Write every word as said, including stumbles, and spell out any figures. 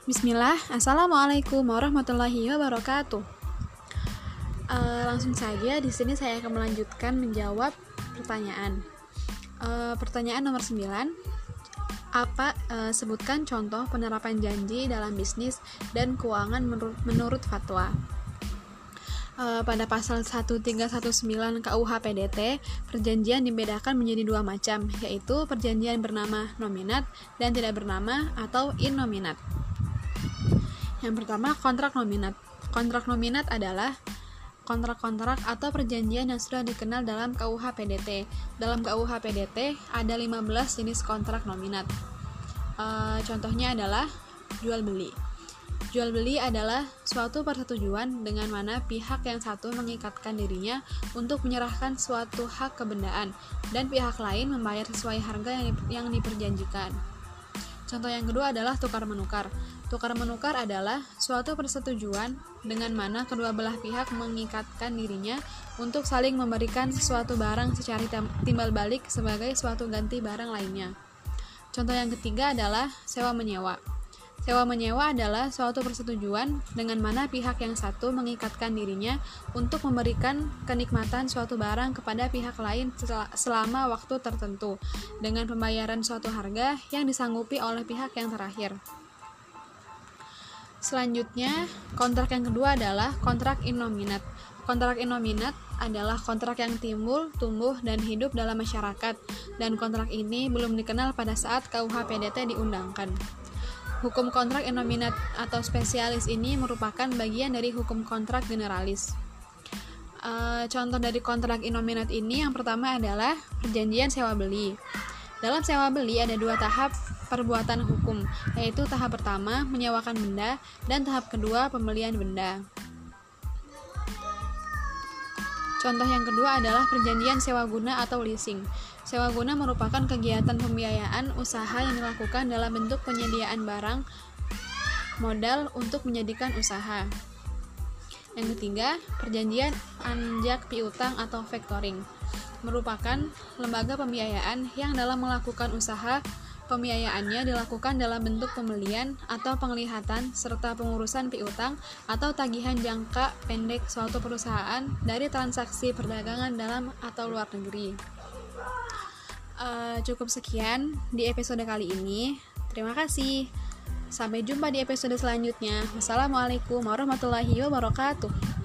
Bismillah, Assalamualaikum warahmatullahi wabarakatuh. Uh, langsung saja di sini saya akan melanjutkan menjawab pertanyaan. Uh, pertanyaan nomor sembilan. Apa uh, sebutkan contoh penerapan janji dalam bisnis dan keuangan menurut, menurut fatwa. Uh, pada pasal seratus tiga puluh sembilan K U H P D T, perjanjian dibedakan menjadi dua macam, yaitu perjanjian bernama nominat dan tidak bernama atau innominat. Yang pertama, kontrak nominat. Kontrak nominat adalah kontrak-kontrak atau perjanjian yang sudah dikenal dalam K U H P D T. Dalam K U H P D T ada lima belas jenis kontrak nominat. E, contohnya adalah jual beli. Jual beli adalah suatu persetujuan dengan mana pihak yang satu mengikatkan dirinya untuk menyerahkan suatu hak kebendaan dan pihak lain membayar sesuai harga yang, yang diperjanjikan. Contoh yang kedua adalah tukar-menukar. Tukar-menukar adalah suatu persetujuan dengan mana kedua belah pihak mengikatkan dirinya untuk saling memberikan sesuatu barang secara timbal balik sebagai suatu ganti barang lainnya. Contoh yang ketiga adalah sewa-menyewa. Sewa-menyewa adalah suatu persetujuan dengan mana pihak yang satu mengikatkan dirinya untuk memberikan kenikmatan suatu barang kepada pihak lain selama waktu tertentu dengan pembayaran suatu harga yang disanggupi oleh pihak yang terakhir. Selanjutnya, kontrak yang kedua adalah kontrak innominat. Kontrak innominat adalah kontrak yang timbul, tumbuh, dan hidup dalam masyarakat, dan kontrak ini belum dikenal pada saat K U H P D T diundangkan. Hukum kontrak innominat atau spesialis ini merupakan bagian dari hukum kontrak generalis. E, contoh dari kontrak innominat ini yang pertama adalah perjanjian sewa-beli. Dalam sewa-beli ada dua tahap perbuatan hukum, yaitu tahap pertama menyewakan benda dan tahap kedua pembelian benda. Contoh yang kedua adalah perjanjian sewa guna atau leasing. Sewa guna merupakan kegiatan pembiayaan usaha yang dilakukan dalam bentuk penyediaan barang modal untuk menjadikan usaha. Yang ketiga, perjanjian anjak piutang atau factoring merupakan lembaga pembiayaan yang dalam melakukan usaha pembiayaannya dilakukan dalam bentuk pembelian atau penglihatan serta pengurusan piutang atau tagihan jangka pendek suatu perusahaan dari transaksi perdagangan dalam atau luar negeri. Uh, cukup sekian di episode kali ini. Terima kasih. Sampai jumpa di episode selanjutnya. Wassalamualaikum warahmatullahi wabarakatuh.